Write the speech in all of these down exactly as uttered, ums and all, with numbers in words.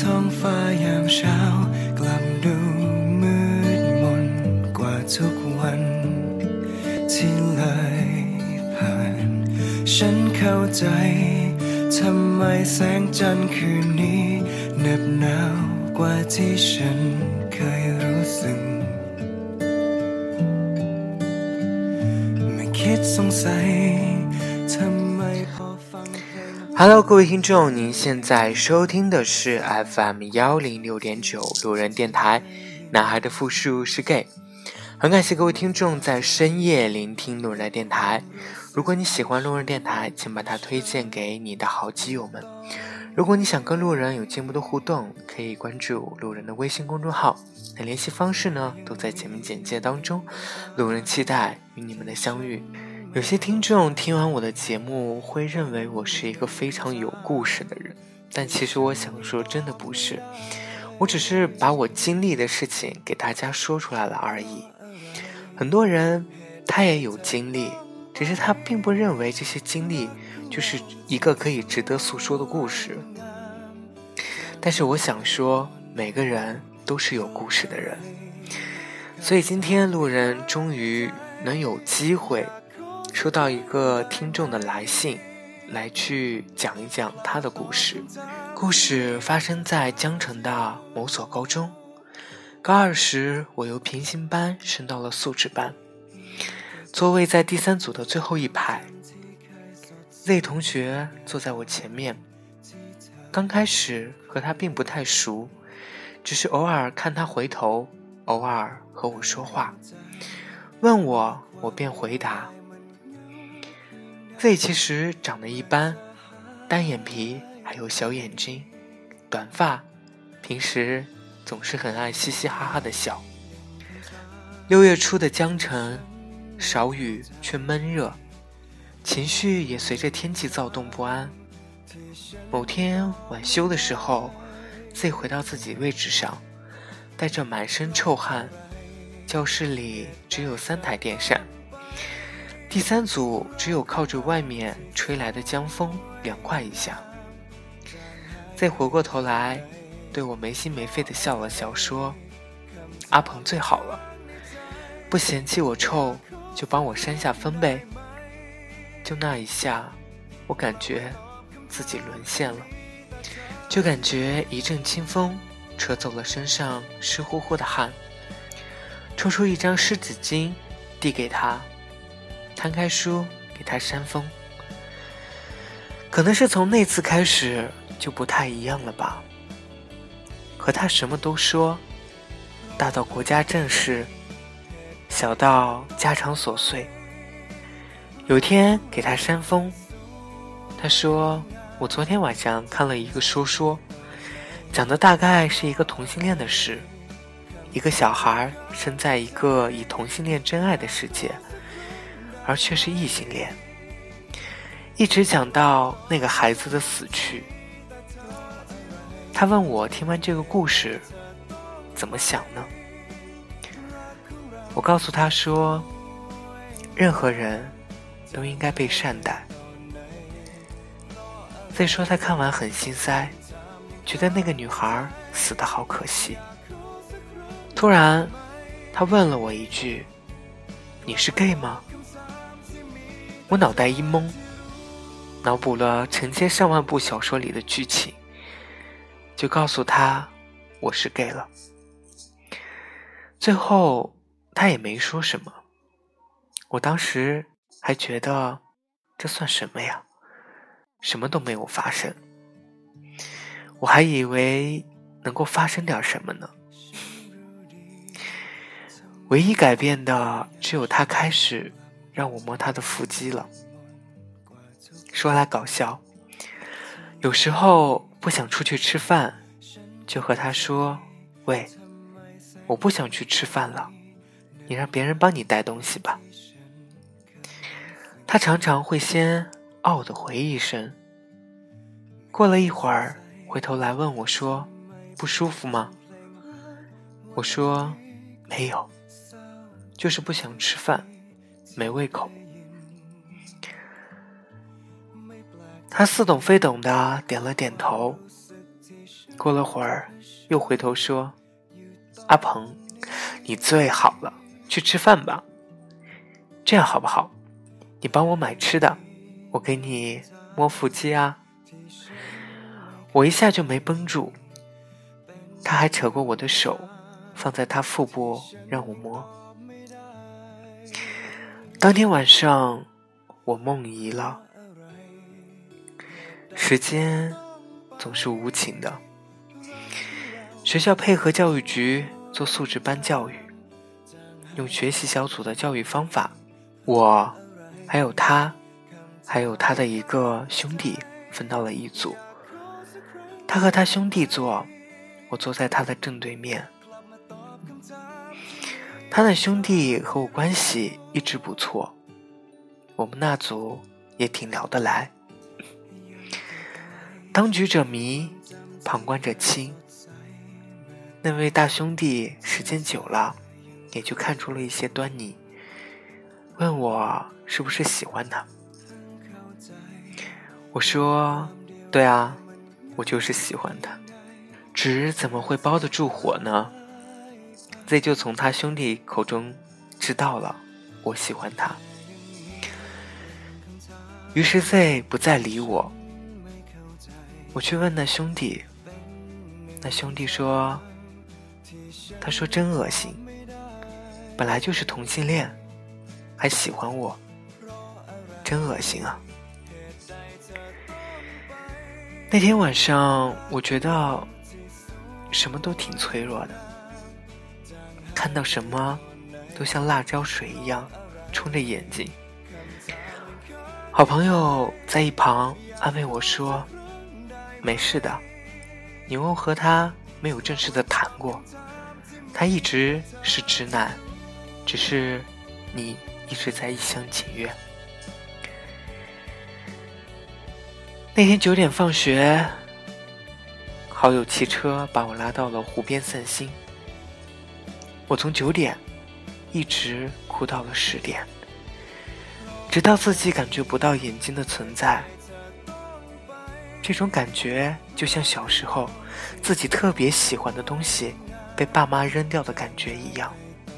ท้องฟ้ายามเช้ากลับดูมืดมนกว่าทุกวันที่เลยผ่านฉันเข้าใจทำไมแสงจันทร์คืนนี้เหน็บหนาวกว่าที่ฉันเคยรู้สึกไม่คิดสงสัยทำไมพอฟังเพลง Hello， 各位听众，您现在收听的是 F M 一零六点九 路人电台，男孩的复数是 gay。很感谢各位听众在深夜聆听路人的电台。如果你喜欢路人电台，请把它推荐给你的好基友们。如果你想跟路人有进一步的互动，可以关注路人的微信公众号，那联系方式呢都在节目简介当中。路人期待与你们的相遇。有些听众听完我的节目会认为我是一个非常有故事的人，但其实我想说真的不是，我只是把我经历的事情给大家说出来了而已。很多人他也有经历，只是他并不认为这些经历就是一个可以值得诉说的故事。但是我想说，每个人都是有故事的人，所以今天路人终于能有机会收到一个听众的来信，来去讲一讲他的故事。故事发生在江城的某所高中。高二时，我由平行班升到了素质班，座位在第三组的最后一排。Z 同学坐在我前面，刚开始和他并不太熟，只是偶尔看他回头，偶尔和我说话，问我，我便回答。Z 其实长得一般，单眼皮还有小眼睛，短发，平时总是很爱嘻嘻哈哈的笑。六月初的江城，少雨却闷热，情绪也随着天气躁动不安。某天晚修的时候， Z 回到自己位置上，带着满身臭汗，教室里只有三台电扇。第三组只有靠着外面吹来的江风凉快一下。再回过头来对我没心没肺地笑了笑，说：阿鹏最好了，不嫌弃我臭就帮我扇下风呗。就那一下，我感觉自己沦陷了，就感觉一阵清风吹走了身上湿乎乎的汗，抽出一张湿纸巾递给他，摊开书给他扇风。可能是从那次开始就不太一样了吧，和他什么都说，大到国家政事，小到家常琐碎。有天给他扇风，他说我昨天晚上看了一个说说，讲的大概是一个同性恋的事，一个小孩生在一个以同性恋真爱的世界，而却是异性恋，一直讲到那个孩子的死去。他问我听完这个故事怎么想呢？我告诉他说，任何人都应该被善待。再说他看完很心塞，觉得那个女孩死得好可惜。突然他问了我一句，你是 gay 吗？我脑袋一懵，脑补了成千上万部小说里的剧情，就告诉他我是 gay 了。最后他也没说什么，我当时还觉得这算什么呀，什么都没有发生。我还以为能够发生点什么呢。唯一改变的只有他开始让我摸他的腹肌了。说来搞笑，有时候不想出去吃饭，就和他说，喂，我不想去吃饭了，你让别人帮你带东西吧。他常常会先傲地回一声，过了一会儿回头来问我说，不舒服吗？我说没有，就是不想吃饭，没胃口。他似懂非懂的点了点头， 过了会儿又回头说，阿鹏，你最好了，去吃饭吧。这样好不好？你帮我买吃的，我给你摸腹肌啊。我一下就没绷住，他还扯过我的手，放在他腹部让我摸。当天晚上我梦遗了。时间总是无情的，学校配合教育局做素质班教育，用学习小组的教育方法，我还有他还有他的一个兄弟分到了一组。他和他兄弟坐，我坐在他的正对面。他的兄弟和我关系一直不错，我们那组也挺聊得来。当局者迷，旁观者清。那位大兄弟时间久了，也就看出了一些端倪，问我是不是喜欢他。我说，对啊，我就是喜欢他，纸怎么会包得住火呢？ Z 就从他兄弟口中知道了我喜欢他，于是 Z 不再理我。我去问那兄弟，那兄弟说，他说真恶心，本来就是同性恋，还喜欢我，真恶心啊。那天晚上我觉得什么都挺脆弱的，看到什么都像辣椒水一样冲着眼睛。好朋友在一旁安慰我说，没事的，你又和他没有正式的谈过，他一直是直男，只是你一直在一厢情愿。那天九点放学，好友骑车把我拉到了湖边散心。我从九点一直哭到了十点，直到自己感觉不到眼睛的存在。这种感觉就像小时候自己特别喜欢的东西被爸妈扔掉的感觉一样。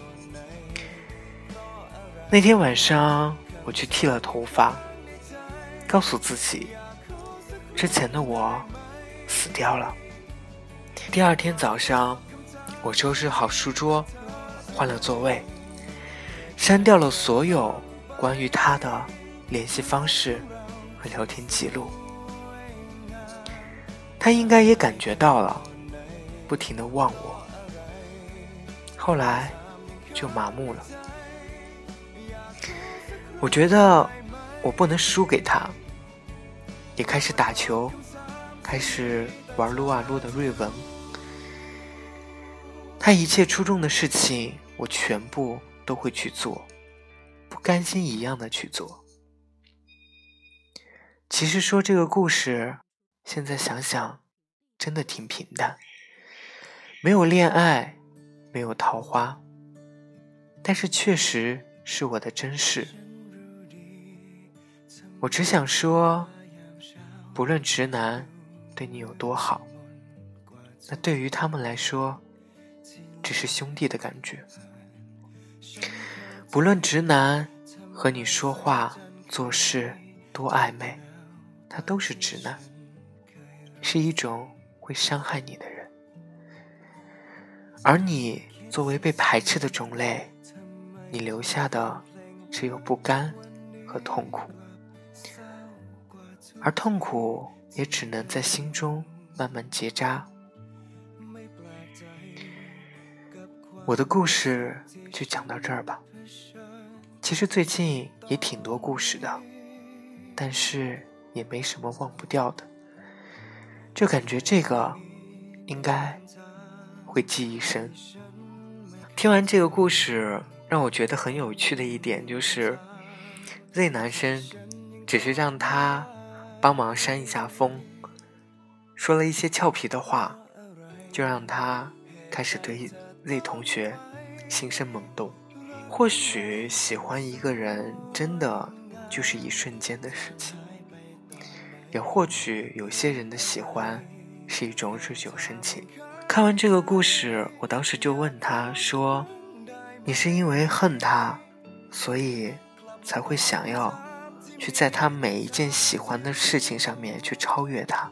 那天晚上我去剃了头发，告诉自己之前的我死掉了。第二天早上，我收拾好书桌，换了座位，删掉了所有关于他的联系方式和聊天记录。他应该也感觉到了，不停地望我，后来就麻木了。我觉得我不能输给他，也开始打球，开始玩撸啊撸的瑞文。他一切出众的事情，我全部都会去做，不甘心一样的去做。其实说这个故事，现在想想真的挺平淡，没有恋爱，没有桃花，但是确实是我的真事。我只想说，不论直男对你有多好，那对于他们来说只是兄弟的感觉。不论直男和你说话做事多暧昧，他都是直男，是一种会伤害你的人。而你作为被排斥的种类，你留下的只有不甘和痛苦，而痛苦也只能在心中慢慢结扎。我的故事就讲到这儿吧。其实最近也挺多故事的，但是也没什么忘不掉的，就感觉这个应该会记一生。听完这个故事，让我觉得很有趣的一点就是 Z 男生只是让他帮忙扇一下风，说了一些俏皮的话，就让他开始对 Z 同学心生萌动。或许喜欢一个人真的就是一瞬间的事情，也或许有些人的喜欢是一种日久生情。看完这个故事，我当时就问他说，你是因为恨他，所以才会想要去在他每一件喜欢的事情上面去超越他？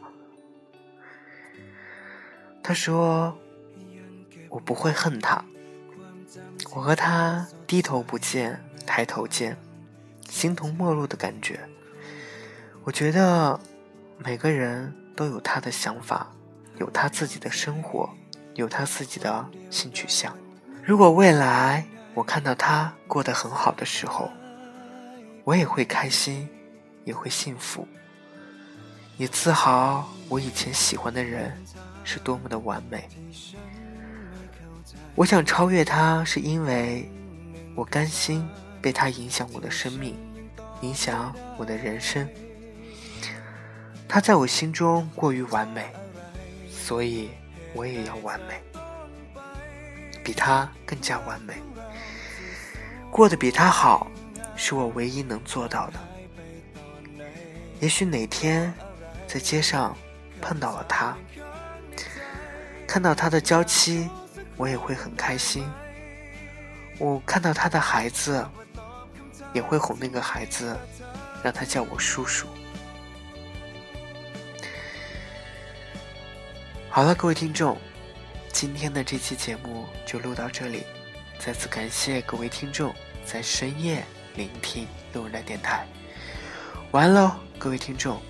他说，我不会恨他，我和他低头不见抬头见，形同陌路的感觉。我觉得每个人都有他的想法，有他自己的生活，有他自己的性取向。如果未来我看到他过得很好的时候，我也会开心，也会幸福，也自豪我以前喜欢的人是多么的完美。我想超越他，是因为我甘心被他影响我的生命，影响我的人生。他在我心中过于完美，所以我也要完美，比他更加完美，过得比他好，是我唯一能做到的。也许哪天在街上碰到了他，看到他的娇妻，我也会很开心。我看到他的孩子，也会哄那个孩子，让他叫我叔叔。好了，各位听众，今天的这期节目就录到这里。再次感谢各位听众在深夜聆听路人的电台。晚安喽，各位听众。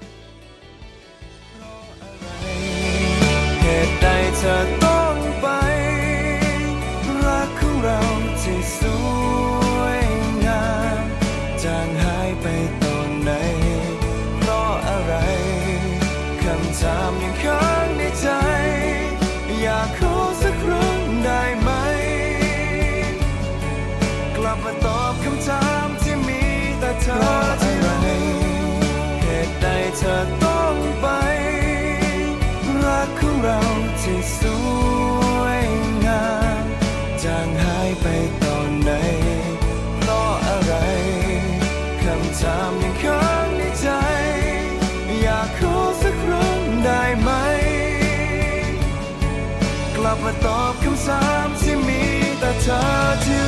อยากขอสักครั้งได้ไหมกลับมาตอบคำถามที่มีแต่เธอที่ไรเหตุใดเธอต้องไปรักของเราที่สวยงามจางหายไปตอนไหนเพราะอะไรคำถามยังค้างในใจอยากขอสักครั้งได้ไหมกลับมาตอบคำถามที่มีแต่เธอที่